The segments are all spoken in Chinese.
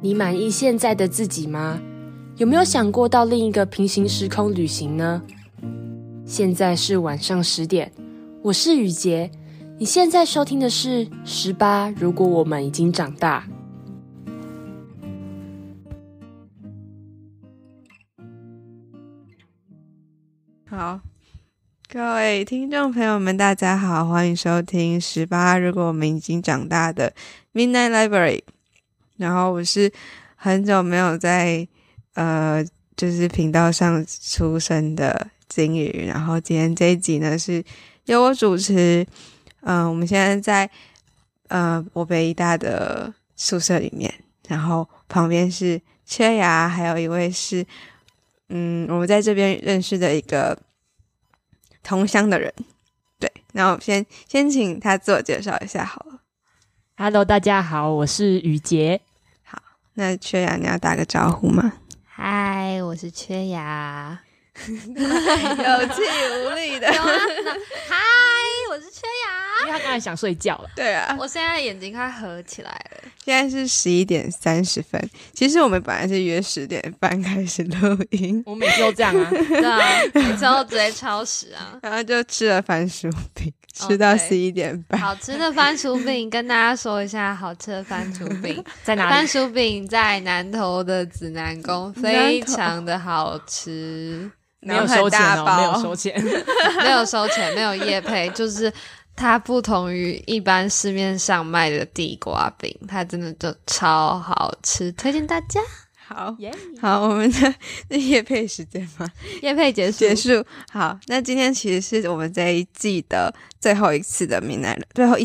你满意现在的自己吗？有没有想过到另一个平行时空旅行呢？现在是晚上10点，我是雨洁，你现在收听的是18如果我们已经长大。 好，各位听众朋友们大家好，欢迎收听18如果我们已经长大的 Midnight Library。 然后我是很久没有在就是频道上出声的金鱼，然后今天这一集呢是由我主持。我们现在在我北医大的宿舍里面，然后旁边是缺牙，还有一位是我们在这边认识的一个同乡的人。对，然后先请他自我介绍一下好了。 Hello， 大家好，我是雨洁。 好，那缺牙你要打个招呼吗？ 嗨，我是缺牙。 有气无力的。 嗨，我是缺牙。 因为他刚才想睡觉了。 对啊， 我现在眼睛快合起来了。 现在是11点30分。其实我们本来是约10点半开始录音， 我每次都这样啊。 对啊，每次都直接超时啊。 然后就吃了番薯饼，吃到11点半。 好吃的番薯饼，跟大家说一下，好吃的番薯饼在哪里？ 番薯饼在南投的紫南宫，非常的好吃。 没有收钱哦，没有收钱， 没有收钱，没有业配，就是它不同于一般市面上卖的地瓜饼，它真的就超好吃，推荐大家。 好，好，我们的业配时间吗？ 业配结束。 好，那今天其实是我们这一季的最后一集的 Midnight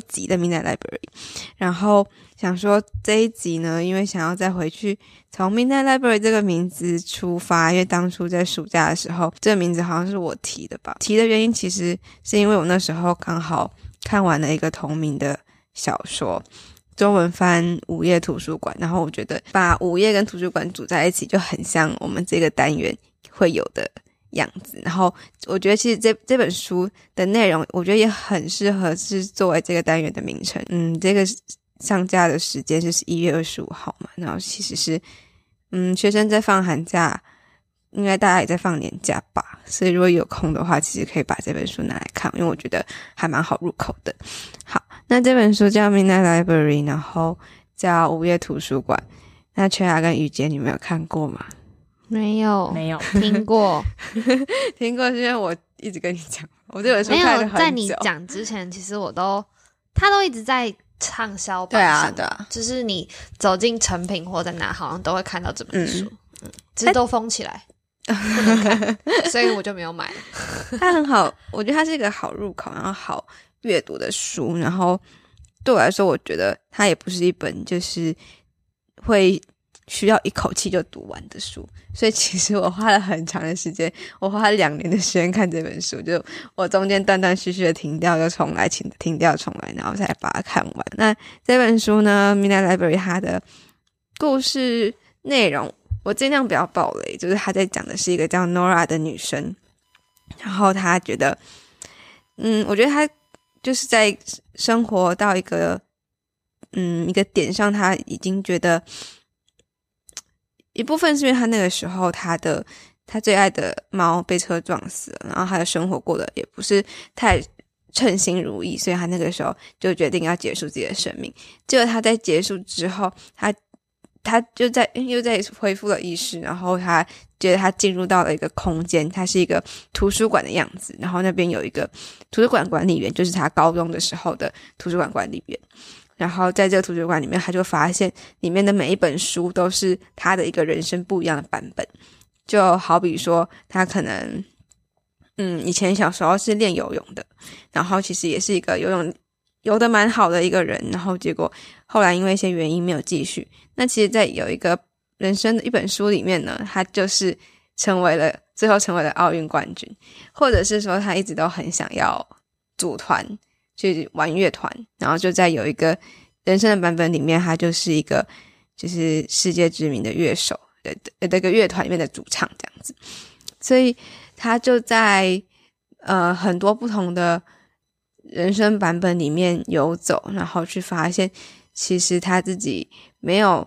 Library。然后想说这一集呢，因为想要再回去从 Midnight Library 这个名字出发，因为当初在暑假的时候，这个名字好像是我提的吧。提的原因其实是因为我那时候刚好看完了一个同名的小说，中文翻午夜图书馆，然后我觉得把午夜跟图书馆组在一起就很像我们这个单元会有的样子。然后我觉得其实这本书的内容我觉得也很适合是作为这个单元的名称。这个上架的时间是1月25号嘛，然后其实是学生在放寒假，应该大家也在放年假吧，所以如果有空的话其实可以把这本书拿来看，因为我觉得还蛮好入口的。好，那这本书叫 Midnight Library， 然后叫午夜图书馆。那缺牙跟雨洁你们有看过吗？ 没有听过。 听过是因为我一直跟你讲，我这本书看了很久。 没有，在你讲之前其实他都一直在畅销榜上。 对啊， 就是你走进成品或在哪好像都会看到这本书。只是都封起来不能看，所以我就没有买了。 它很好，我觉得它是一个好入口然后好阅读的书，然后对我来说我觉得它也不是一本就是会需要一口气就读完的书，所以其实我花了很长的时间，我花了2年的时间看这本书，就我中间断断续续的停掉又重来，停掉重来，然后才把它看完。那这本书呢 Midnight Library 它的故事内容我尽量不要爆雷，就是他在讲的是一个叫 Nora 的女生，然后他觉得我觉得他就是在生活到一个点上，他已经觉得一部分是因为他那个时候他最爱的猫被车撞死了，然后他的生活过得也不是太称心如意，所以他那个时候就决定要结束自己的生命。结果他在结束之后，他就又在恢复了意识，然后他觉得他进入到了一个空间，它是一个图书馆的样子，然后那边有一个图书馆管理员，就是他高中的时候的图书馆管理员。然后在这个图书馆里面，他就发现里面的每一本书都是他的一个人生不一样的版本。就好比说他可能以前小时候是练游泳的，然后其实也是一个游得蛮好的一个人，然后结果后来因为一些原因没有继续。那其实在有一个人生的一本书里面呢，他就是最后成为了奥运冠军，或者是说他一直都很想要组团去玩乐团，然后就在有一个人生的版本里面，他就是一个就是世界知名的乐手的一个乐团里面的主唱这样子。所以他就在很多不同的人生版本里面游走，然后去发现其实他自己没有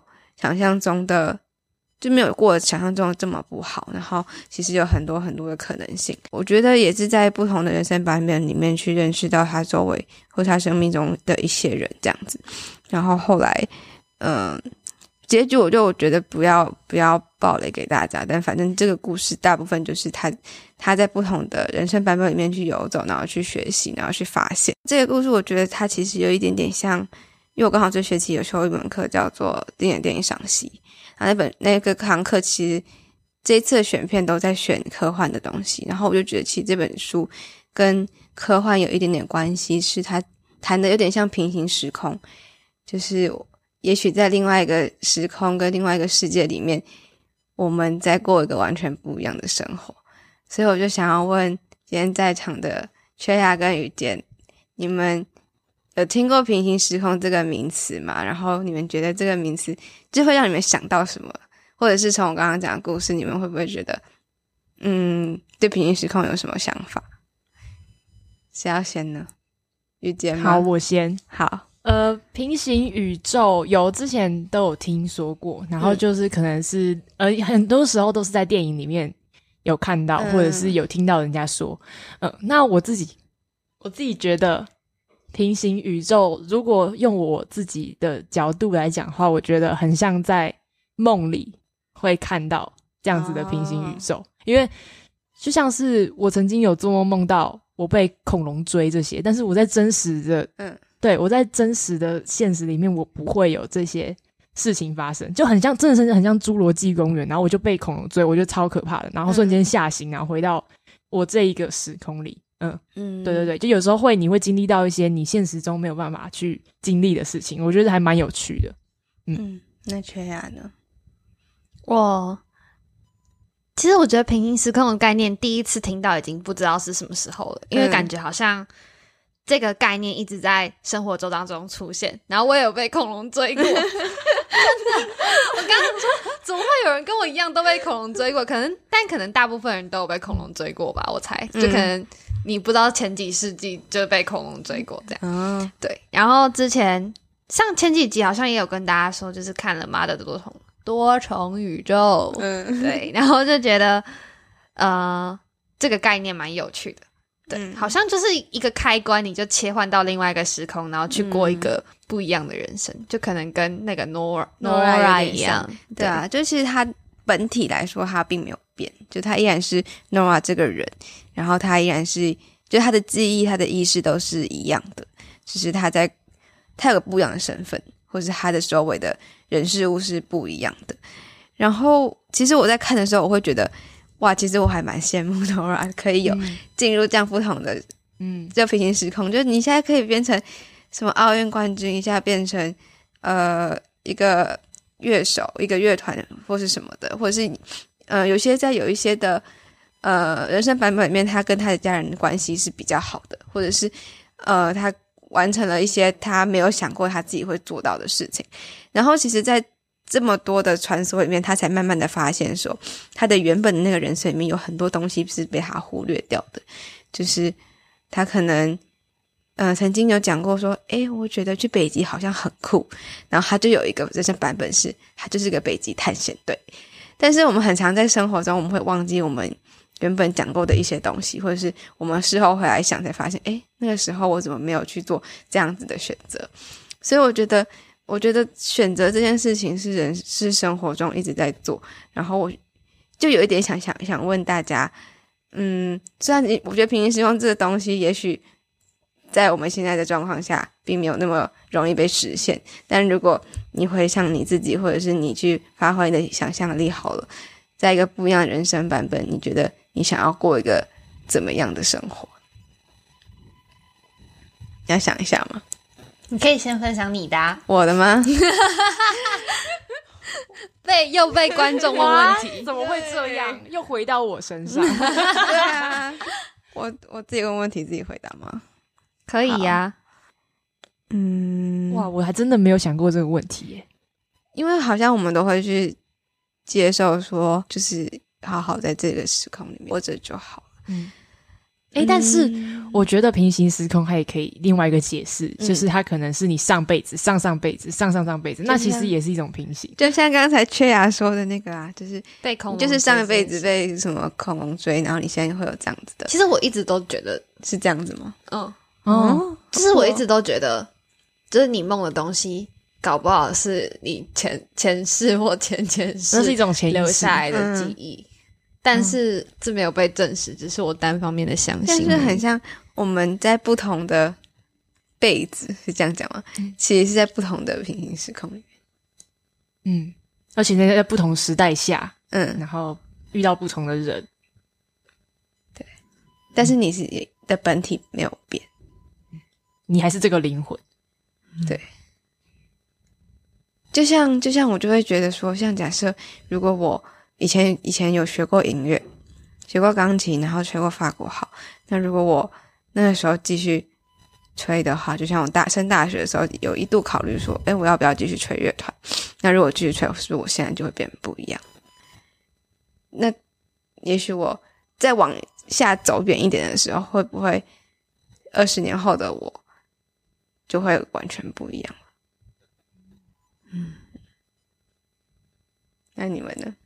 想象中的就没有过想象中的这么不好，然后其实有很多很多的可能性。我觉得也是在不同的人生版本里面去认识到他周围或他生命中的一些人这样子。然后后来结局我觉得不要爆雷给大家，但反正这个故事大部分就是他在不同的人生版本里面去游走，然后去学习，然后去发现。这个故事我觉得它其实有一点点像，因为我刚好这学期有修一门课叫做电影赏析，然后那个堂课其实这一次的选片都在选科幻的东西，然后我就觉得其实这本书跟科幻有一点点关系，是它谈的有点像平行时空，就是也许在另外一个时空跟另外一个世界里面，我们在过一个完全不一样的生活。所以我就想要问今天在场的缺牙跟雨坚，你们有听过平行时空这个名词吗？然后你们觉得这个名词就会让你们想到什么？或者是从我刚刚讲的故事，你们会不会觉得对平行时空有什么想法？谁要先呢？雨坚吗？ 好，我先。 好。 平行宇宙之前都有听说过，然后就是可能是很多时候都是在电影里面有看到，或者是有听到人家说。那我自己觉得平行宇宙，如果用我自己的角度来讲的话，我觉得很像在梦里会看到这样子的平行宇宙，因为就像是我曾经有做梦梦到我被恐龙追这些，但是我在真实的对，我在真实的现实里面我不会有这些事情发生，就很像真的是很像侏罗纪公园，然后我就被恐龙追，我觉得超可怕的，然后瞬间吓醒，然后回到我这一个时空里。对，就有时候你会经历到一些你现实中没有办法去经历的事情，我觉得还蛮有趣的。 那缺牙呢？ 其实我觉得平行时空的概念第一次听到已经不知道是什么时候了，因为感觉好像这个概念一直在生活周当中出现，然后我也有被恐龙追过。我刚刚说怎么会有人跟我一样都被恐龙追过，但可能大部分人都有被恐龙追过吧，我猜。就可能你不知道前几世纪就被恐龙追过这样。对，然后之前像前几集好像也有跟大家说，就是看了妈的多重宇宙。对，然后就觉得这个概念蛮有趣的。对，好像就是一个开关，你就切换到另外一个时空，然后去过一个不一样的人生，就可能跟那个 Nora 一样。 对啊，就其实他本体来说他并没有变，就他依然是 Nora 这个人，然后他依然是就他的记忆他的意识都是一样的，只是他有个不一样的身份，或是他的周围的人事物是不一样的。然后其实我在看的时候我会觉得哇，其实我还蛮羡慕 Nora 可以有进入这样不同的就平行时空，就是你现在可以变成什么奥运冠军，一下变成一个乐手一个乐团或是什么的，或者是有一些的人生版本里面他跟他的家人的关系是比较好的，或者是他完成了一些他没有想过他自己会做到的事情。然后其实在这么多的传说里面，他才慢慢的发现说他的原本的那个人生里面有很多东西是被他忽略掉的，就是他可能曾经有讲过说我觉得去北极好像很酷，然后他就有一个人生版本是他就是个北极探险队。但是我们很常在生活中我们会忘记我们原本讲过的一些东西，或者是我们事后回来想才发现那个时候我怎么没有去做这样子的选择。所以我觉得选择这件事情是生活中一直在做，然后我就有一点想问大家虽然我觉得平行时空这个东西也许在我们现在的状况下并没有那么容易被实现，但如果你回想你自己，或者是你去发挥你的想象力好了，在一个不一样的人生版本，你觉得你想要过一个怎么样的生活？你要想一下吗？ 你可以先分享你的我的吗？ 又被观众问问题， 怎么会这样？又回到我身上。 对啊，我自己问问题自己回答吗？ 可以呀。 哇，我还真的没有想过这个问题耶。 因为好像我们都会去接受说就是好好在这个时空里面活着就好。 但是我觉得平行时空它也可以另外一个解释，就是它可能是你上辈子、上上辈子、上上上辈子，那其实也是一种平行。 就像刚才缺牙说的那个啊，就是被恐龙追， 就是上一辈子被什么恐龙追，然后你现在会有这样子的。 其实我一直都觉得是这样子吗？ 就是我一直都觉得，就是你梦的东西，搞不好是你前世或前世， 那是一种潜意识留下来的记忆。但是这没有被证实，只是我单方面的相信。 但是很像我们在不同的辈子，是这样讲吗？其实是在不同的平行时空里面。而且在不同时代下，然后遇到不同的人。 对，但是你的本体没有变， 你还是这个灵魂。 对。就像我就会觉得说，像假设如果我以前有学过音乐，学过钢琴，然后吹过法国号，那如果我那个时候继续吹的话，就像我升大学的时候有一度考虑说，我要不要继续吹乐团，那如果继续吹，是不是我现在就会变得不一样？那也许我再往下走远一点的时候，会不会20年后的我就会完全不一样了？那你们呢？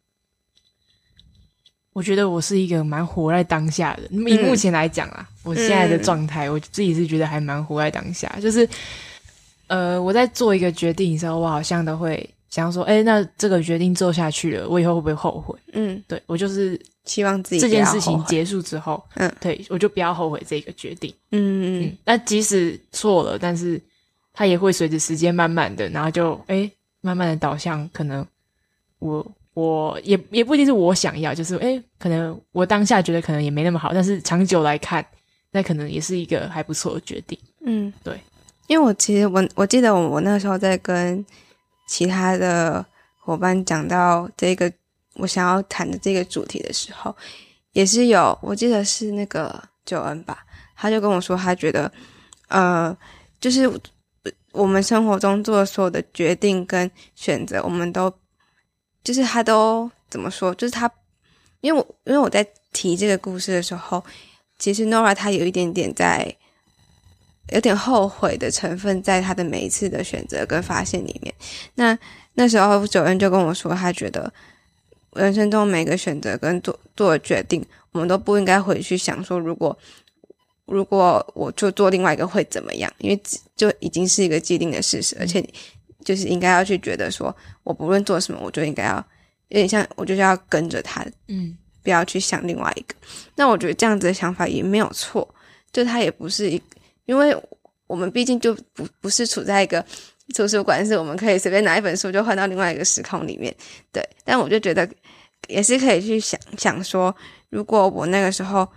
我觉得我是一个蛮活在当下的，以目前来讲啦，我现在的状态，我自己是觉得还蛮活在当下。就是我在做一个决定的时候，我好像都会想说，那这个决定做下去了，我以后会不会后悔？对，我就是希望自己这件事情结束之后，对，我就不要后悔这个决定。那即使错了，但是它也会随着时间慢慢的，然后就慢慢的导向，可能我也不一定是我想要，就是可能我当下觉得可能也没那么好，但是长久来看，那可能也是一个还不错的决定。对， 因为我记得我那时候在跟其他的伙伴讲到这个我想要谈的这个主题的时候，也是我记得是那个九恩吧，他就跟我说，他觉得就是我们生活中做的所有的决定跟选择，我们都就是他都怎么说，就是他因为我在提这个故事的时候，其实 Nora 她有一点点有点后悔的成分在他的每一次的选择跟发现里面。那时候九恩就跟我说，他觉得人生中每个选择跟做的决定，我们都不应该回去想说如果我就做另外一个会怎么样，因为就已经是一个既定的事实，而且就是应该要去觉得说，我不论做什么，我就应该要有点像我就是要跟着他，不要去想另外一个。那我觉得这样子的想法也没有错，就他也不是因为我们毕竟就不是处在一个图书馆，是我们可以随便拿一本书就换到另外一个时空里面，对。但我就觉得也是可以去想说，如果我那个时候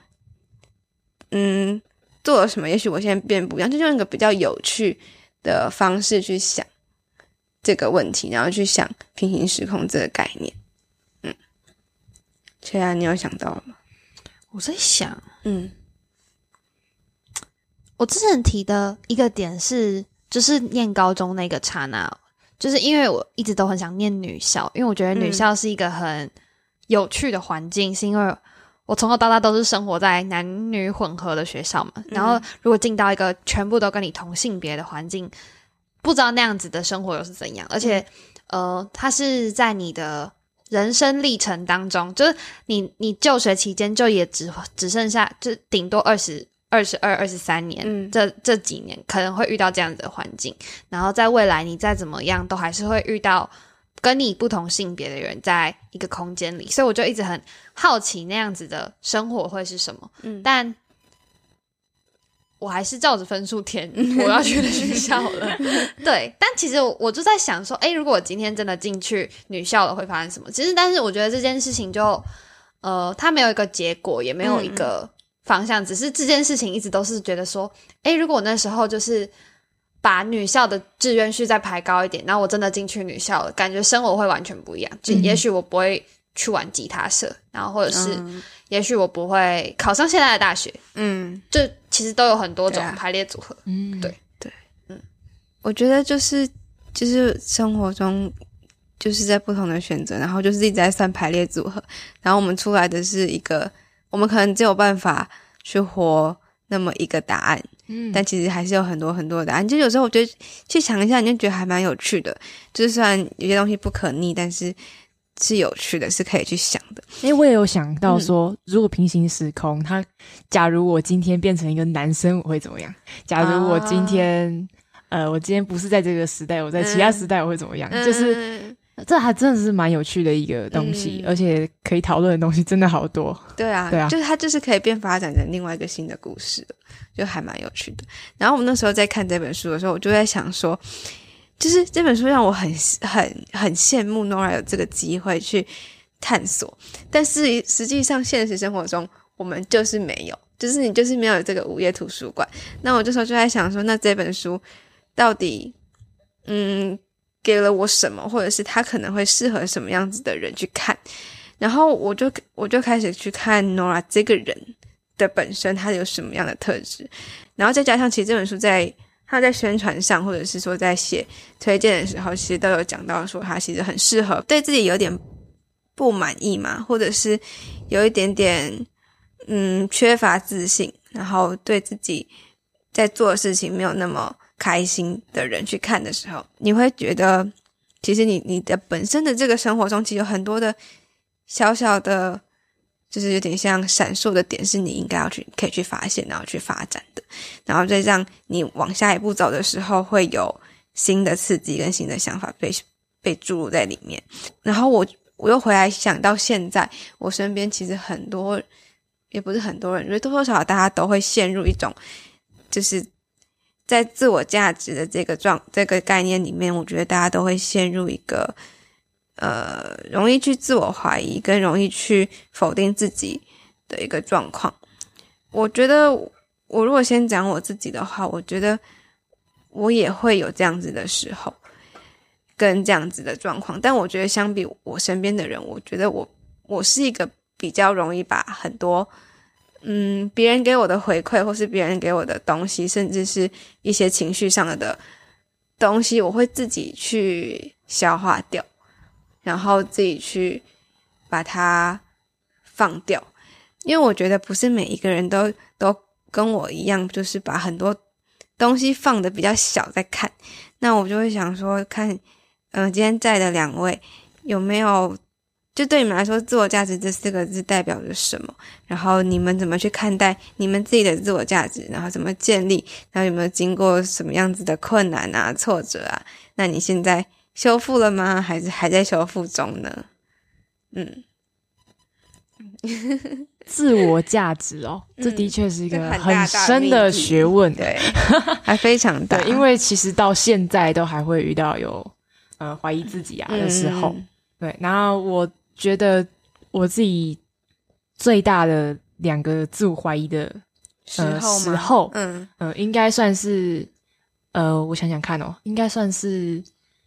做了什么，也许我现在变不一样，就用一个比较有趣的方式去想这个问题，然后去想平行时空这个概念。确然你有想到吗？ 我在想我之前提的一个点是，就是念高中那个刹那，就是因为我一直都很想念女校，因为我觉得女校是一个很有趣的环境，是因为我从小到大都是生活在男女混合的学校嘛，然后如果进到一个全部都跟你同性别的环境，不知道那样子的生活又是怎样，而且它是在你的人生历程当中，就是你就学期间就也只剩下就顶多22、23年，这几年可能会遇到这样子的环境，然后在未来你再怎么样都还是会遇到跟你不同性别的人在一个空间里，所以我就一直很好奇那样子的生活会是什么。但我还是照着分数填我要去的学校了。对，但其实我就在想说，如果我今天真的进去女校了会发生什么？其实但是我觉得这件事情就它没有一个结果，也没有一个方向，只是这件事情一直都是觉得说，如果我那时候就是把女校的志愿序再排高一点，然后我真的进去女校了，感觉生活会完全不一样。就也许我不会去玩吉他社，然后或者是也许我不会考上现在的大学，就其实都有很多种排列组合。对， 我觉得就是生活中就是在不同的选择，然后就是一直在算排列组合，然后我们出来的是一个我们可能只有办法去活那么一个答案，但其实还是有很多很多的答案。就有时候我觉得去想一下，你就觉得还蛮有趣的。就是虽然有些东西不可逆，但是是有趣的，是可以去想的。 我也有想到说，如果平行时空，假如我今天变成一个男生，我会怎么样？假如我今天，我今天不是在这个时代，我在其他时代，我会怎么样？就是这还真的是蛮有趣的一个东西，而且可以讨论的东西真的好多。 对啊，就是它就是可以变发展成另外一个新的故事，就还蛮有趣的。然后我那时候在看这本书的时候，我就在想说，就是这本书让我很羡慕 Nora 有这个机会去探索，但是实际上现实生活中我们就是没有，就是你就是没有这个午夜图书馆。那我这时候就在想说，那这本书到底给了我什么，或者是它可能会适合什么样子的人去看。然后我就开始去看 Nora 这个人的本身他有什么样的特质，然后再加上其实这本书他在宣传上，或者是说在写推荐的时候，其实都有讲到说他其实很适合对自己有点不满意嘛，或者是有一点点缺乏自信，然后对自己在做的事情没有那么开心的人去看的时候，你会觉得其实你的本身的这个生活中其实有很多的小小的就是有点像闪烁的点，是你应该可以去发现然后去发展的，然后再让你往下一步走的时候会有新的刺激跟新的想法被注入在里面。然后我又回来想到现在我身边其实很多，也不是很多人，因为多多少少大家都会陷入一种就是在自我价值的这个概念里面，我觉得大家都会陷入一个容易去自我怀疑跟容易去否定自己的一个状况。我觉得我如果先讲我自己的话，我觉得我也会有这样子的时候跟这样子的状况，但我觉得相比我身边的人，我觉得我是一个比较容易把很多别人给我的回馈或是别人给我的东西，甚至是一些情绪上的东西，我会自己去消化掉，然后自己去把它放掉。因为我觉得不是每一个人都跟我一样，就是把很多东西放得比较小在看。那我就会想说，看今天在的两位有没有就对你们来说自我价值这4个字代表着什么，然后你们怎么去看待你们自己的自我价值，然后怎么建立，然后有没有经过什么样子的困难啊挫折啊，那你现在修复了吗？还是还在修复中呢？ 自我价值这的确是一个很深的学问， 对，还非常大。 对，因为其实到现在都还会遇到有怀疑自己的时候，对。然后我觉得我自己最大的2个自我怀疑的时候应该算是我想想看应该算是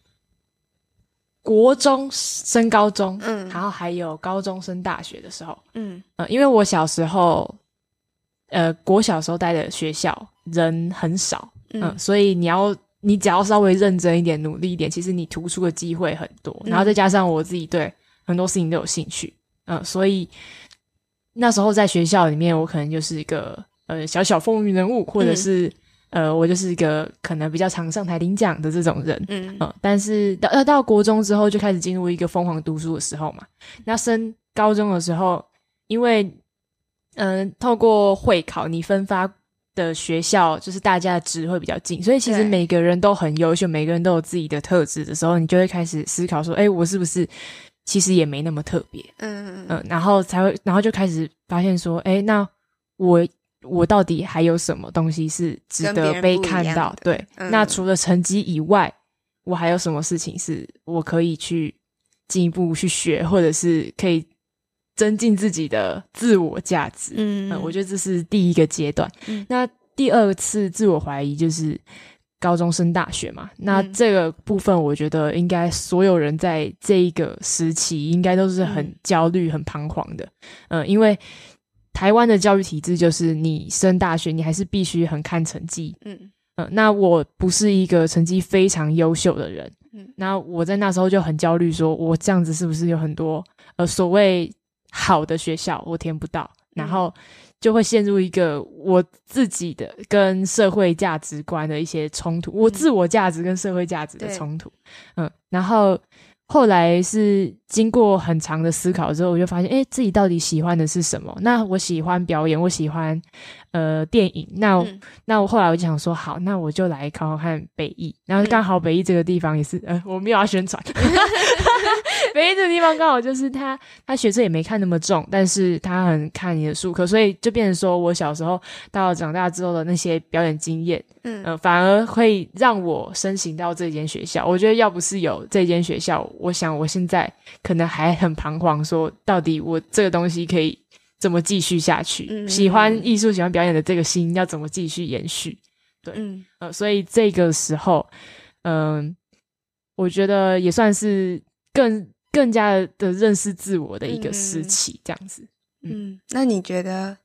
国中升高中，然后还有高中升大学的时候，因为我小时候国小时候待的学校人很少，所以你只要稍微认真一点努力一点，其实你突出的机会很多，然后再加上我自己对很多事情都有兴趣，所以那时候在学校里面我可能就是一个小小风云人物，或者是我就是一个可能比较常上台领奖的这种人，但是到国中之后就开始进入一个疯狂读书的时候嘛。那升高中的时候，因为透过会考你分发的学校就是大家的值会比较近，所以其实每个人都很优秀，每个人都有自己的特质的时候，你就会开始思考说我是不是其实也没那么特别，然后就开始发现说那我到底还有什么东西是值得被看到？对，那除了成绩以外，我还有什么事情是我可以去进一步去学，或者是可以增进自己的自我价值？我觉得这是第一个阶段。那第2次自我怀疑就是高中升大学嘛。那这个部分我觉得应该所有人在这一个时期应该都是很焦虑、很彷徨的。因为台湾的教育体制就是你升大学你还是必须很看成绩，那我不是一个成绩非常优秀的人，那我在那时候就很焦虑，说我这样子是不是有很多所谓好的学校我填不到，然后就会陷入一个我自己的跟社会价值观的一些冲突，我自我价值跟社会价值的冲突。然后后来是经过很长的思考之后，我就发现自己到底喜欢的是什么。那我喜欢表演，我喜欢电影，那我后来我就想说，好，那我就来考考看北艺。然后刚好北艺这个地方也是我没有要宣传北艺这个地方刚好就是他学测也没看那么重，但是他很看你的术科，所以就变成说我小时候到长大之后的那些表演经验反而会让我申请到这间学校。我觉得要不是有这间学校，我想我现在可能还很彷徨，说到底我这个东西可以怎么继续下去，喜欢艺术喜欢表演的这个心要怎么继续延续。对所以这个时候我觉得也算是更加的认识自我的一个时期这样子。 那你觉得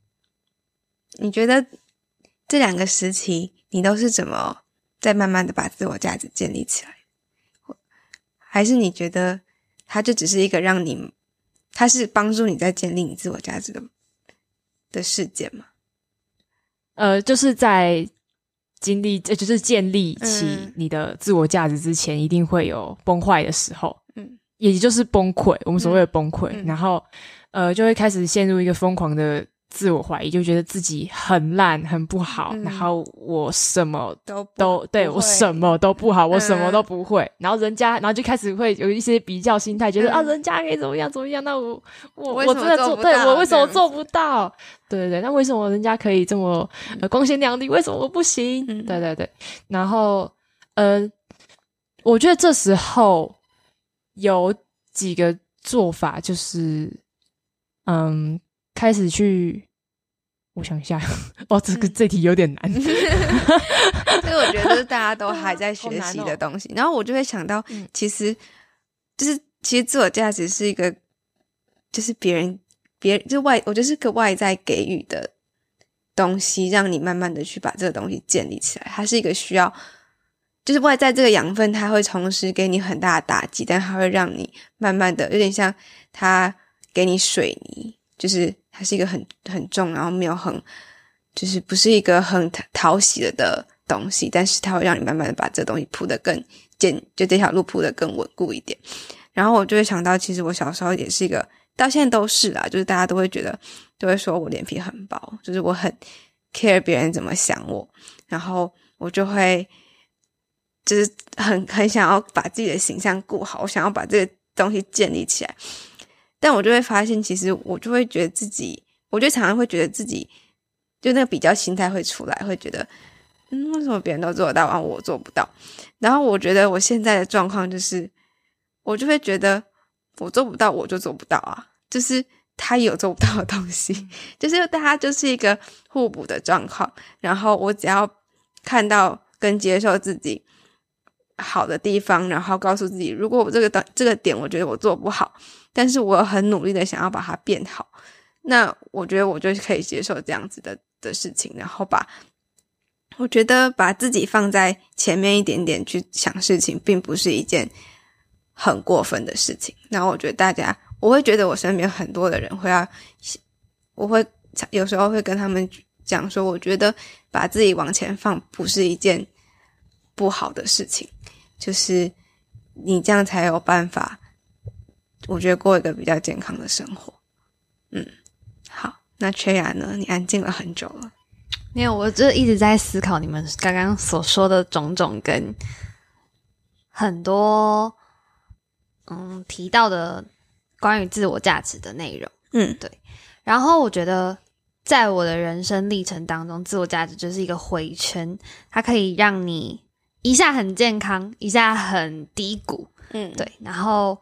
这两个时期你都是怎么再慢慢的把自我价值建立起来？还是你觉得它就只是一个它是帮助你在建立你自我价值的事件吗？ 就是在就是建立起你的自我价值之前，一定会有崩坏的时候，也就是崩溃，我们所谓的崩溃，然后就会开始陷入一个疯狂的自我怀疑，就觉得自己很烂很不好，然后我什么都对，我什么都不好，我什么都不会，然后就开始会有一些比较心态，觉得人家可以怎么样怎么样，那我真的我为什么做不到？对，那为什么人家可以这么光鲜亮丽，为什么我不行？对，然后我觉得这时候有几个做法，就是开始去，我想一下这题有点难所以我觉得大家都还在学习的东西然后我就会想到其实自我价值是一个就是别人就我就是个外在给予的东西，让你慢慢的去把这个东西建立起来。它是一个需要就是外在这个养分，它会同时给你很大的打击，但它会让你慢慢的有点像它给你水泥，就是它是一个很重，然后没有就是不是一个很讨喜的东西，但是它会让你慢慢的把这个东西铺得更就这条路铺得更稳固一点。然后我就会想到其实我小时候也是一个，到现在都是啦，就是大家都会说我脸皮很薄，就是我很 care 别人怎么想我，然后我就会就是很想要把自己的形象顾好，我想要把这个东西建立起来。但我就会发现其实我就会觉得自己，我就常常会觉得自己就那个比较心态会出来，会觉得为什么别人都做得到然后我做不到。然后我觉得我现在的状况就是我就会觉得我做不到我就做不到啊，就是他也有做不到的东西，就是大家就是一个互补的状况。然后我只要看到跟接受自己好的地方，然后告诉自己如果我这个点我觉得我做不好，但是我很努力的想要把它变好，那我觉得我就可以接受这样子的事情，然后我觉得把自己放在前面一点点去想事情并不是一件很过分的事情。然后我会觉得我身边很多的人我会有时候会跟他们讲说，我觉得把自己往前放不是一件不好的事情，就是你这样才有办法我觉得过一个比较健康的生活。好，那缺雅呢？你安静了很久了。 没有，我就一直在思考你们刚刚所说的种种跟很多提到的关于自我价值的内容。对。然后我觉得在我的人生历程当中，自我价值就是一个回圈，它可以让你一下很健康，一下很低谷。对。然后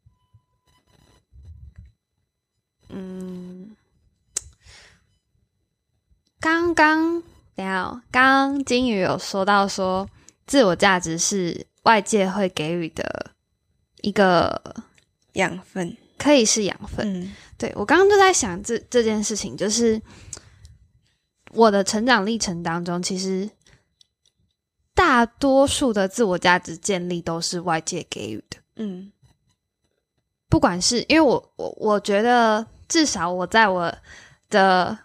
刚刚金鱼有说到说自我价值是外界会给予的一个养分， 可以是养分。对，我刚刚就在想这件事情，就是我的成长历程当中，其实大多数的自我价值建立都是外界给予的。不管是因为我觉得至少我在我的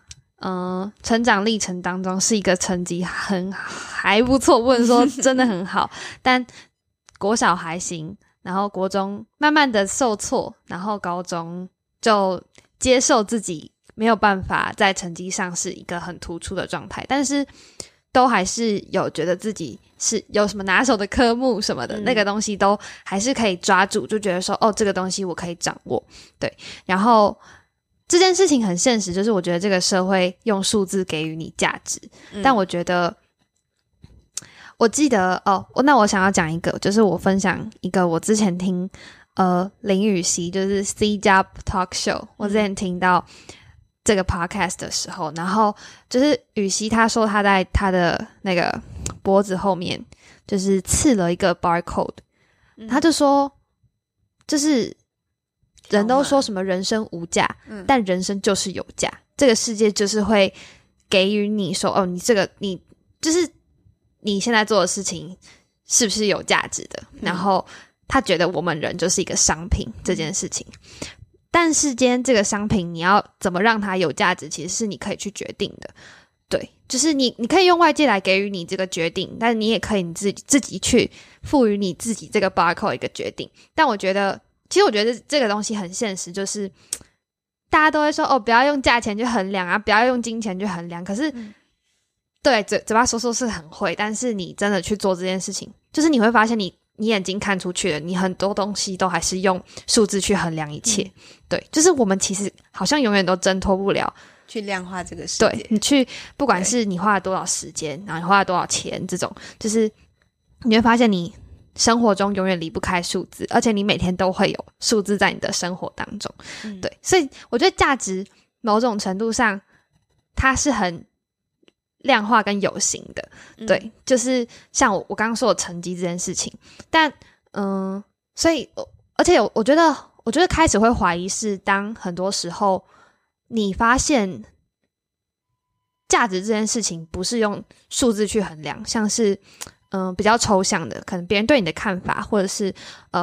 成长历程当中是一个成绩还不错，不能说真的很好，但国小还行，然后国中慢慢的受挫，然后高中就接受自己没有办法在成绩上是一个很突出的状态，但是都还是有觉得自己是有什么拿手的科目什么的，那个东西都还是可以抓住，就觉得说这个东西我可以掌握。对，然后这件事情很现实，就是我觉得这个社会用数字给予你价值，但我觉得我记得那我想要讲一个，就是我分享一个我之前听林雨熙就是 C Job Talk Show， 我之前听到这个 podcast 的时候，然后就是雨熙他说他在他的那个脖子后面就是刺了一个 barcode，他就说就是人都说什么人生无价，但人生就是有价，这个世界就是会给予你说你这个你就是你现在做的事情是不是有价值的，然后他觉得我们人就是一个商品这件事情，但是今天这个商品你要怎么让它有价值，其实是你可以去决定的。对，就是你可以用外界来给予你这个决定，但你也可以你自己去赋予你自己这个 barcode 一个决定。但我觉得其实我觉得这个东西很现实，就是大家都会说不要用价钱去衡量啊，不要用金钱去衡量，可是对嘴巴说是很会，但是你真的去做这件事情，就是你会发现你眼睛看出去了，你很多东西都还是用数字去衡量一切。对，就是我们其实好像永远都挣脱不了去量化这个世界。 对，你去不管是你花了多少时间，然后你花了多少钱，这种就是你会发现你生活中永远离不开数字，而且你每天都会有数字在你的生活当中。对，所以我觉得价值某种程度上它是很量化跟有形的。对，就是像我刚刚说的成绩这件事情，但所以而且我觉得开始会怀疑是当很多时候你发现价值这件事情不是用数字去衡量，像是比较抽象的，可能别人对你的看法，或者是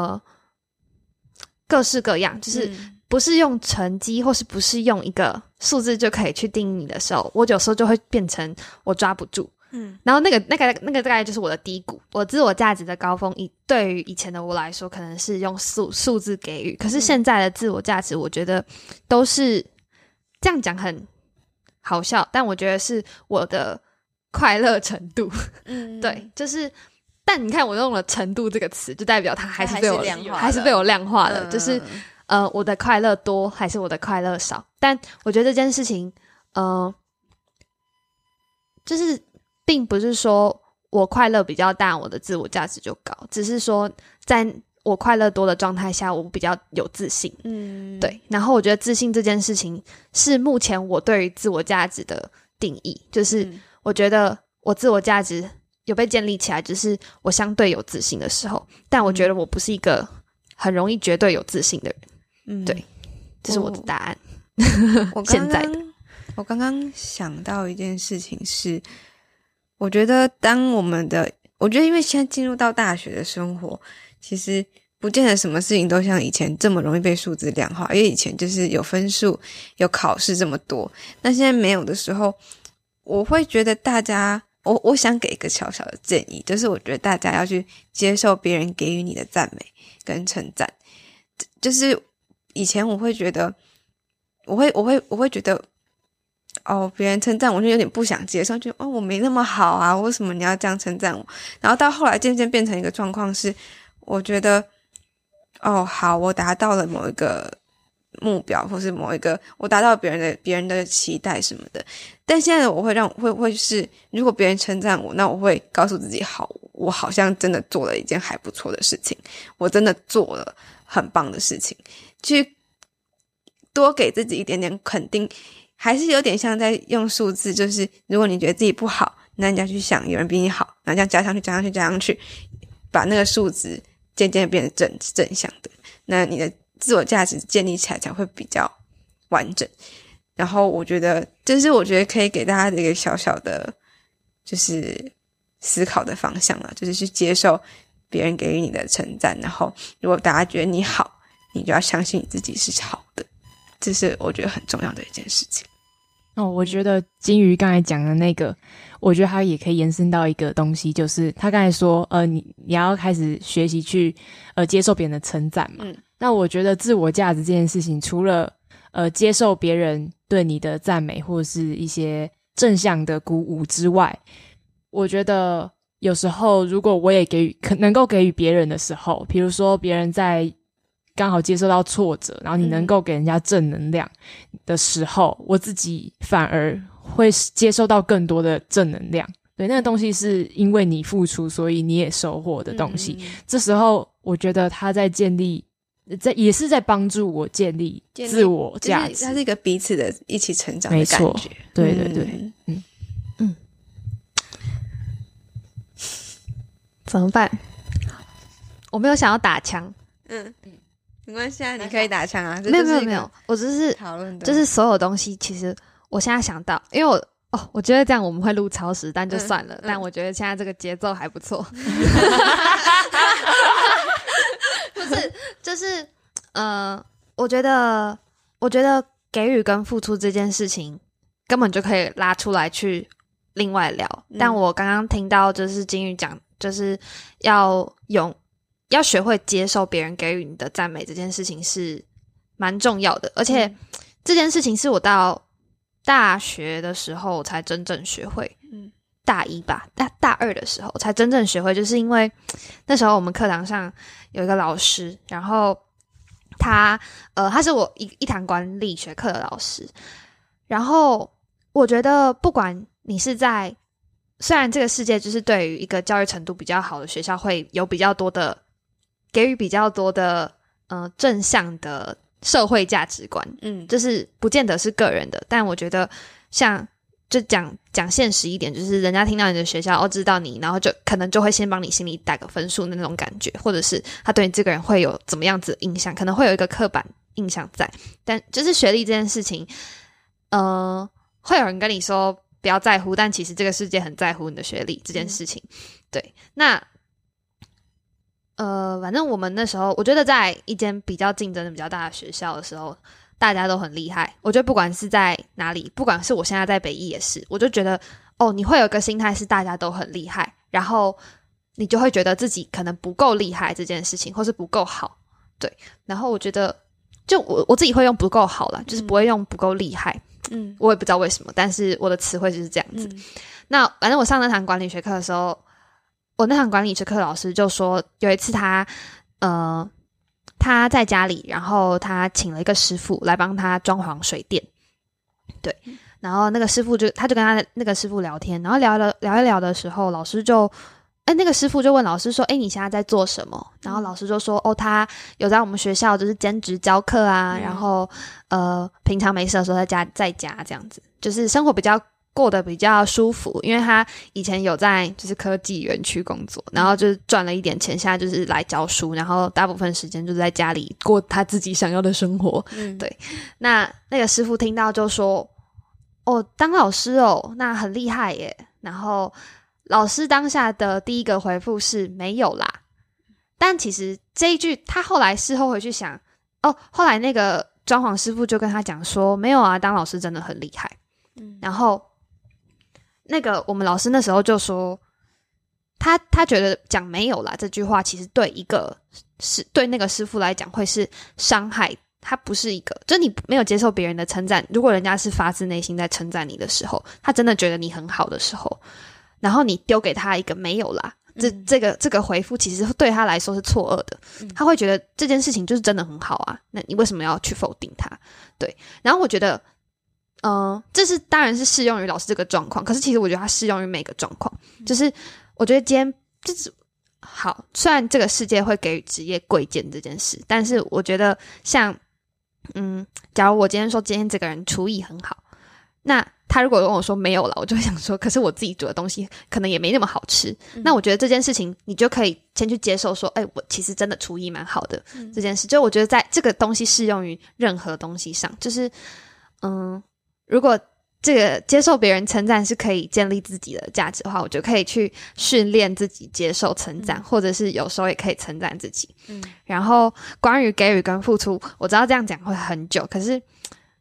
各式各样，就是不是用成绩或是不是用一个数字就可以去定义你的时候，我有时候就会变成我抓不住。然后那个大概就是我的低谷，我自我价值的高峰，对于以前的我来说可能是用数字给予，可是现在的自我价值我觉得都是这样讲很好笑，但我觉得是我的快乐程度。对，就是但你看我用了程度这个词，就代表它还是被我量化了，就是我的快乐多还是我的快乐少。但我觉得这件事情就是并不是说我快乐比较大我的自我价值就高，只是说在我快乐多的状态下我比较有自信。对，然后我觉得自信这件事情是目前我对于自我价值的定义，就是我觉得我自我价值有被建立起来，就是我相对有自信的时候，但我觉得我不是一个很容易绝对有自信的人。对，这是我的答案。现在的我刚刚想到一件事情是，我觉得我觉得因为现在进入到大学的生活，其实不见得什么事情都像以前这么容易被数字量化，因为以前就是有分数有考试这么多，那现在没有的时候，我会觉得大家我想给一个小小的建议，就是我觉得大家要去接受别人给予你的赞美跟称赞。就是以前我会觉得我会觉得别人称赞我就有点不想接受，就我没那么好啊，为什么你要这样称赞我？然后到后来渐渐变成一个状况是，我觉得好，我达到了某一个目标，或是某一个我达到别人的期待什么的。但现在我会是，如果别人称赞我，那我会告诉自己，好，我好像真的做了一件还不错的事情，我真的做了很棒的事情，去多给自己一点点肯定。还是有点像在用数字，就是如果你觉得自己不好，那你要去想有人比你好，然后这样加上去，把那个数值渐渐变得正向的，那你的自我价值建立起来才会比较完整。然后我觉得这是可以给大家的一个小小的就是思考的方向啦，就是去接受别人给予你的称赞，然后如果大家觉得你好，你就要相信你自己是好的，这是我觉得很重要的一件事情。 我觉得金鱼刚才讲的那个，我觉得它也可以延伸到一个东西，就是他刚才说你要开始学习去接受别人的称赞嘛。那我觉得自我价值这件事情，除了接受别人对你的赞美或者是一些正向的鼓舞之外，我觉得有时候如果我也能够给予别人的时候，比如说别人在刚好接受到挫折，然后你能够给人家正能量的时候，我自己反而会接受到更多的正能量。对，那个东西是因为你付出，所以你也收获的东西。这时候我觉得他在也是在帮助我建立自我价值， 就是它是一个彼此的一起成长的感觉。 对对对， 怎么办？我没有想要打枪。 没关系啊，你可以打枪啊。 没有，我只是讨论的， 就是所有东西，其实我现在想到，因为我觉得这样我们会录超时，但就算了。但我觉得现在这个节奏还不错。不是，就是我觉得给予跟付出这件事情，根本就可以拉出来去另外聊。但我刚刚听到就是金鱼讲，就是要学会接受别人给予你的赞美，这件事情是蛮重要的。而且这件事情是我到大学的时候才真正学会。大一吧，大二的时候才真正学会，就是因为那时候我们课堂上有一个老师，然后他是我一堂管理学课的老师。然后我觉得不管你是在，虽然这个世界就是对于一个教育程度比较好的学校会有比较多的给予比较多的正向的社会价值观，就是不见得是个人的，但我觉得像就讲现实一点，就是人家听到你的学校知道你，然后就可能就会先帮你心里打个分数的那种感觉，或者是他对你这个人会有怎么样子的印象，可能会有一个刻板印象在。但就是学历这件事情会有人跟你说不要在乎，但其实这个世界很在乎你的学历这件事情。对，那反正我们那时候我觉得在一间比较竞争的比较大的学校的时候，大家都很厉害。我觉得不管是在哪里，不管是我现在在北艺也是，我就觉得你会有一个心态是大家都很厉害，然后你就会觉得自己可能不够厉害这件事情，或是不够好。对，然后我觉得就我自己会用不够好啦，就是不会用不够厉害。我也不知道为什么，但是我的词汇就是这样子。那反正我上那堂管理学课的时候，我那堂管理学课老师就说，有一次他在家里，然后他请了一个师傅来帮他装潢水电。对，然后那个师傅他就跟他那个师傅聊天，然后聊一聊的时候，老师就那个师傅就问老师说你现在在做什么？然后老师就说他有在我们学校就是兼职教课啊，然后平常没事的时候在家这样子，就是生活过得比较舒服，因为他以前有在就是科技园区工作，然后就是赚了一点钱，现在就是来教书，然后大部分时间就是在家里过他自己想要的生活。对，那个师傅听到就说当老师那很厉害耶。然后老师当下的第一个回复是没有啦，但其实这一句他后来事后回去想后来那个装潢师傅就跟他讲说没有啊，当老师真的很厉害。然后那个我们老师那时候就说他觉得讲没有啦这句话其实对那个师傅来讲会是伤害，他不是一个，就你没有接受别人的称赞，如果人家是发自内心在称赞你的时候，他真的觉得你很好的时候，然后你丢给他一个没有啦，这个回复其实对他来说是错愕的，他会觉得这件事情就是真的很好啊，那你为什么要去否定他？对，然后我觉得这是当然是适用于老师这个状况，可是其实我觉得它适用于每个状况。就是我觉得今天就是好，虽然这个世界会给予职业贵贱这件事，但是我觉得像假如我今天说今天这个人厨艺很好，那他如果跟我说没有了，我就会想说可是我自己煮的东西可能也没那么好吃。那我觉得这件事情你就可以先去接受说我其实真的厨艺蛮好的这件事。就我觉得在这个东西适用于任何东西上，就是如果这个接受别人称赞是可以建立自己的价值的话，我就可以去训练自己接受称赞，或者是有时候也可以称赞自己。然后关于给予跟付出，我知道这样讲会很久，可是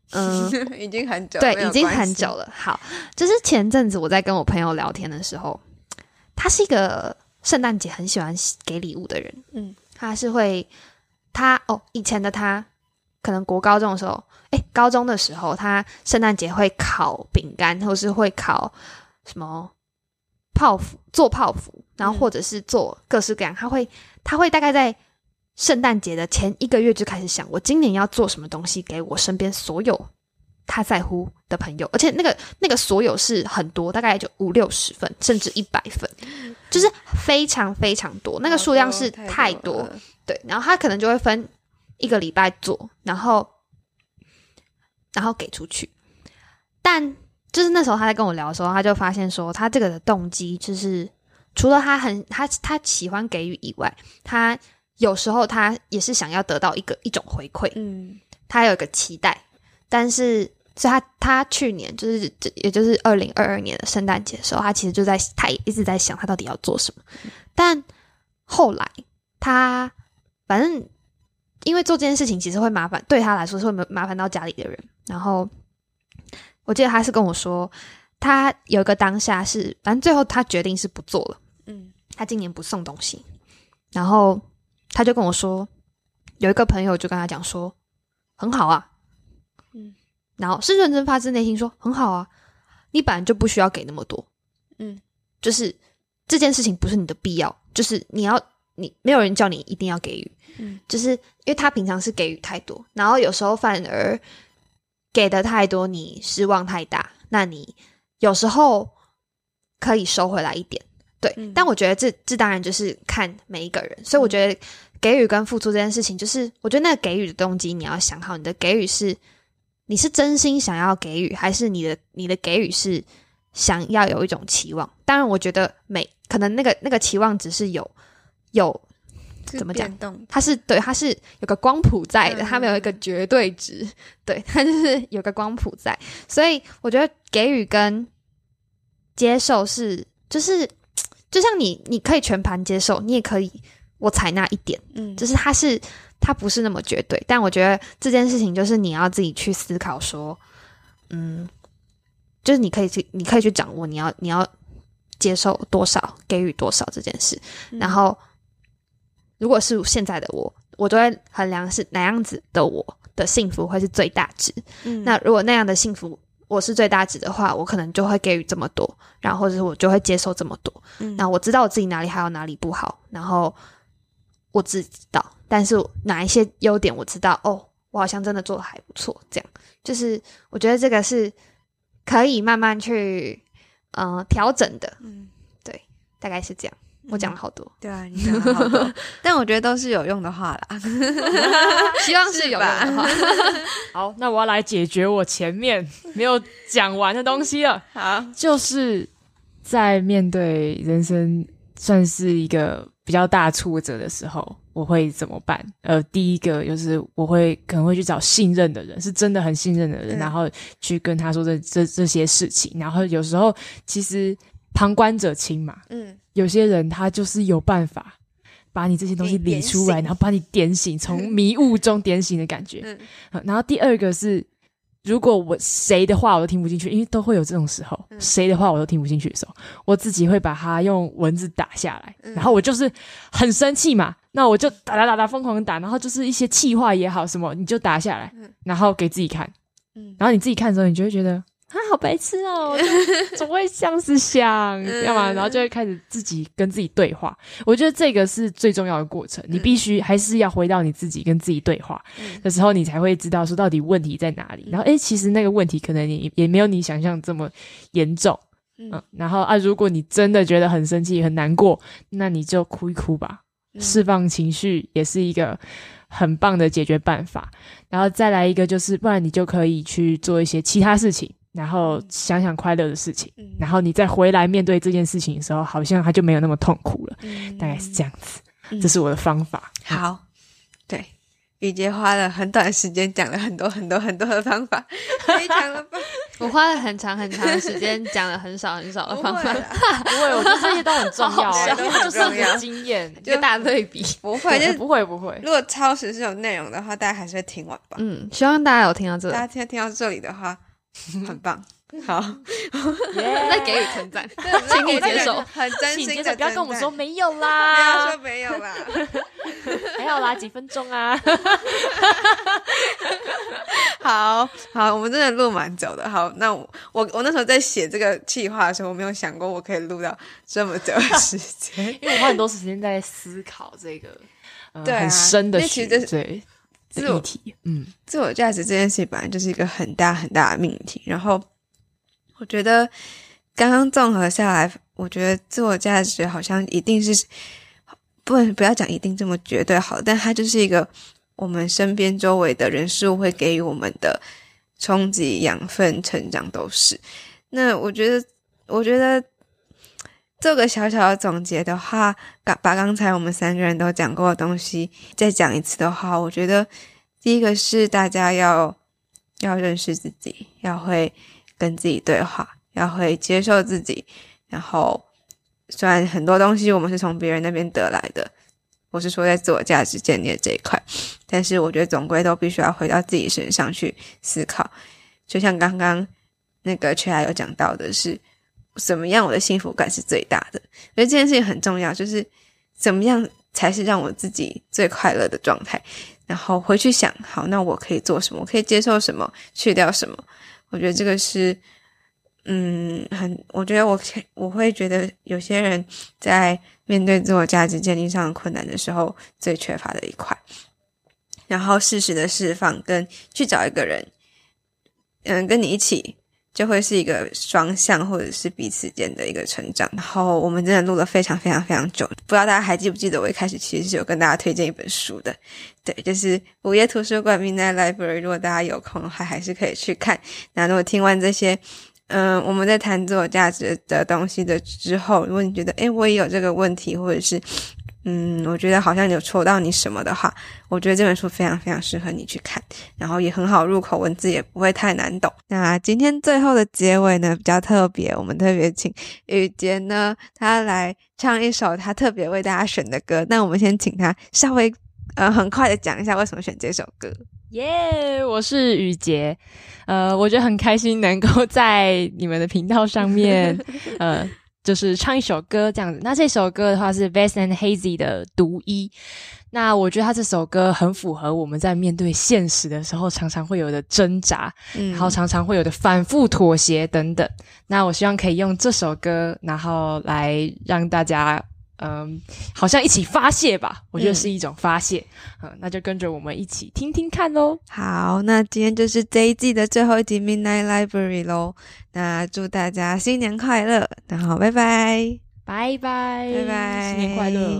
已经很久了， 对，已经很久了。好，就是前阵子我在跟我朋友聊天的时候，他是一个圣诞节很喜欢给礼物的人。他是会，以前的他可能国高中的时候，高中的时候，他圣诞节会烤饼干，或是会烤什么做泡芙，然后或者是做各式各样。他会大概在圣诞节的前1个月就开始想，我今年要做什么东西给我身边所有他在乎的朋友，而且那个所有是很多，大概就50-60份，甚至100份，就是非常非常多，那个数量是太多。对，然后他可能就会分1个礼拜做，然后给出去。但就是那时候他在跟我聊的时候，他就发现说，他这个的动机就是除了他喜欢给予以外，他有时候他也是想要得到一种回馈。他有一个期待，但是所以他去年也就是2022年的圣诞节的时候，他其实他也一直在想他到底要做什么。但后来他反正因为做这件事情其实会麻烦，对他来说是会麻烦到家里的人。然后我记得他是跟我说，他有一个当下是，反正最后他决定是不做了。他今年不送东西，然后他就跟我说，有一个朋友就跟他讲说，很好啊。然后是认真发自内心说，很好啊，你本来就不需要给那么多。就是这件事情不是你的必要，就是你没有人叫你一定要给予。就是因为他平常是给予太多，然后有时候反而给的太多，你失望太大，那你有时候可以收回来一点。对，但我觉得这当然就是看每一个人，所以我觉得给予跟付出这件事情，就是我觉得那个给予的动机你要想好，你的给予是你是真心想要给予，还是你的给予是想要有一种期望。当然我觉得可能那个期望只是有怎么讲，它是有个光谱在的，它没有一个绝对值。对，它就是有个光谱在。所以我觉得给予跟接受是就是就像你可以全盘接受，你也可以我采纳一点。就是它不是那么绝对。但我觉得这件事情就是你要自己去思考说，就是你可以去掌握你要接受多少，给予多少这件事。然后如果是现在的我就会衡量是哪样子的我的幸福会是最大值。那如果那样的幸福我是最大值的话，我可能就会给予这么多，然后或者是我就会接受这么多。那我知道我自己哪里还有哪里不好，然后我自己知道，但是哪一些优点我知道，我好像真的做得还不错。这样就是我觉得这个是可以慢慢去调整的。对，大概是这样。我讲了好多。 对啊，你讲了好多但我觉得都是有用的话啦希望是有用的话好，那我要来解决我前面没有讲完的东西了。 好， 就是在面对人生算是一个比较大挫折的时候，我会怎么办？第一个就是我可能会去找信任的人，是真的很信任的人，然后去跟他说这些事情。然后有时候其实旁观者清嘛，有些人他就是有办法把你这些东西理出来，然后把你点醒，从迷雾中点醒的感觉。然后第二个是，如果我谁的话我都听不进去，因为都会有这种时候，谁的话我都听不进去的时候，我自己会把它用文字打下来。然后我就是很生气嘛，那我就打疯狂打，然后就是一些气话也好什么，你就打下来，然后给自己看。然后你自己看的时候，你就会觉得好白痴哦，怎么会这样子想要嘛，然后就会开始自己跟自己对话。我觉得这个是最重要的过程，你必须还是要回到你自己跟自己对话的时候，你才会知道说到底问题在哪里。然后其实那个问题可能也没有你想象这么严重。然后如果你真的觉得很生气很难过，那你就哭一哭吧，释放情绪也是一个很棒的解决办法。然后再来一个就是不然你就可以去做一些其他事情，然后想想快乐的事情，然后你再回来面对这件事情的时候，好像它就没有那么痛苦了。大概是这样子。这是我的方法。 好，对，雨洁花了很短的时间讲了很多很多很多的方法非常的棒我花了很长很长的时间讲了很少很少的方法， 不会，我觉得这些都很重要啊， 都因为很重要就是你的经验， 一个大对比。 不会，就不会。 如果超时是有内容的话，大家还是会听完吧。 希望大家有听到这大个， 家听到这里的话，很棒。好， 再给予称赞，请你接受。 很真心的请接着不要跟我们说没有不啦， 要说没有啦。 没有啦，几分钟啊。 好，我们真的录蛮久的。好，那我那时候在写这个企划的时候，我没有想过我可以录到这么久的时间， 因为我花很多时间在思考这个对啊很深的因为其实这是对议题。 自我价值这件事本来就是一个很大很大的命题。然后我觉得刚刚综合下来，我觉得自我价值好像一定是不要讲一定这么绝对好，但它就是一个我们身边周围的人事物会给予我们的冲击、养分、成长都是。那我觉得做个小小的总结的话，把刚才我们3个人都讲过的东西再讲一次的话，我觉得第一个是大家要认识自己，要会跟自己对话，要会接受自己。然后虽然很多东西我们是从别人那边得来的，我是说在自我价值建立的这一块，但是我觉得总归都必须要回到自己身上去思考。就像刚刚那个Chea有讲到的是怎么样我的幸福感是最大的，所以这件事情很重要，就是怎么样才是让我自己最快乐的状态。然后回去想，好，那我可以做什么，我可以接受什么，去掉什么。我觉得这个是我觉得我会觉得有些人在面对自我价值建立上的困难的时候最缺乏的一块。然后适时的释放跟去找一个人跟你一起，就会是一个双向或者是彼此间的一个成长。然后我们真的录了非常非常非常久，不知道大家还记不记得我一开始其实是有跟大家推荐一本书的，对，就是午夜图书馆 Midnight Library， 如果大家有空的话还是可以去看。那如果听完这些我们在谈自我价值的东西的之后，如果你觉得我也有这个问题，或者是我觉得好像有戳到你什么的话，我觉得这本书非常非常适合你去看，然后也很好入口，文字也不会太难懂。那今天最后的结尾呢比较特别，我们特别请雨洁呢他来唱一首他特别为大家选的歌。那我们先请他稍微很快的讲一下为什么选这首歌。 耶，我是雨洁，我觉得很开心能够在你们的频道上面就是唱一首歌这样子。那这首歌的话是 Vast and Hazy 的独一。那我觉得他这首歌很符合我们在面对现实的时候常常会有的挣扎，然后常常会有的反复妥协等等。那我希望可以用这首歌然后来让大家好像一起发泄吧，我觉得是一种发泄。那就跟着我们一起听听看咯。 好，那今天就是这一季的最后一集 Midnight Library 咯。那祝大家新年快乐，然后拜拜拜拜拜拜， 新年快乐。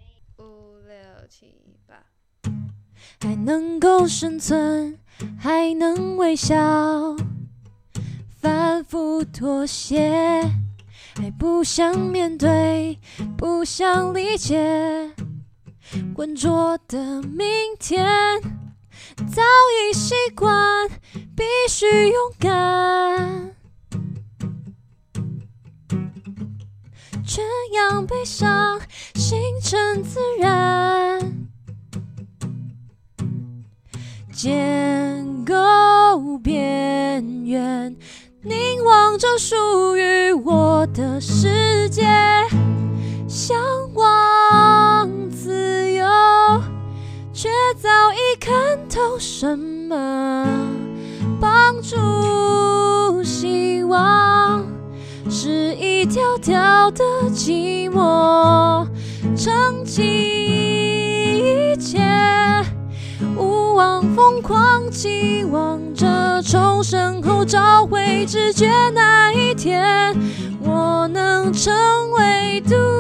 5、6、7、8， 还能够生存，还能微笑，反复妥协，还不想面对，不想理解，浑浊的明天，早已习惯，必须勇敢。这样悲伤，形成自然，建构边缘，凝望着属于我的世界，向往自由，却早已看透什么帮助希望，是一条条的寂寞撑起一切，无望疯狂期望着重生后找回直觉，那一天我能成为独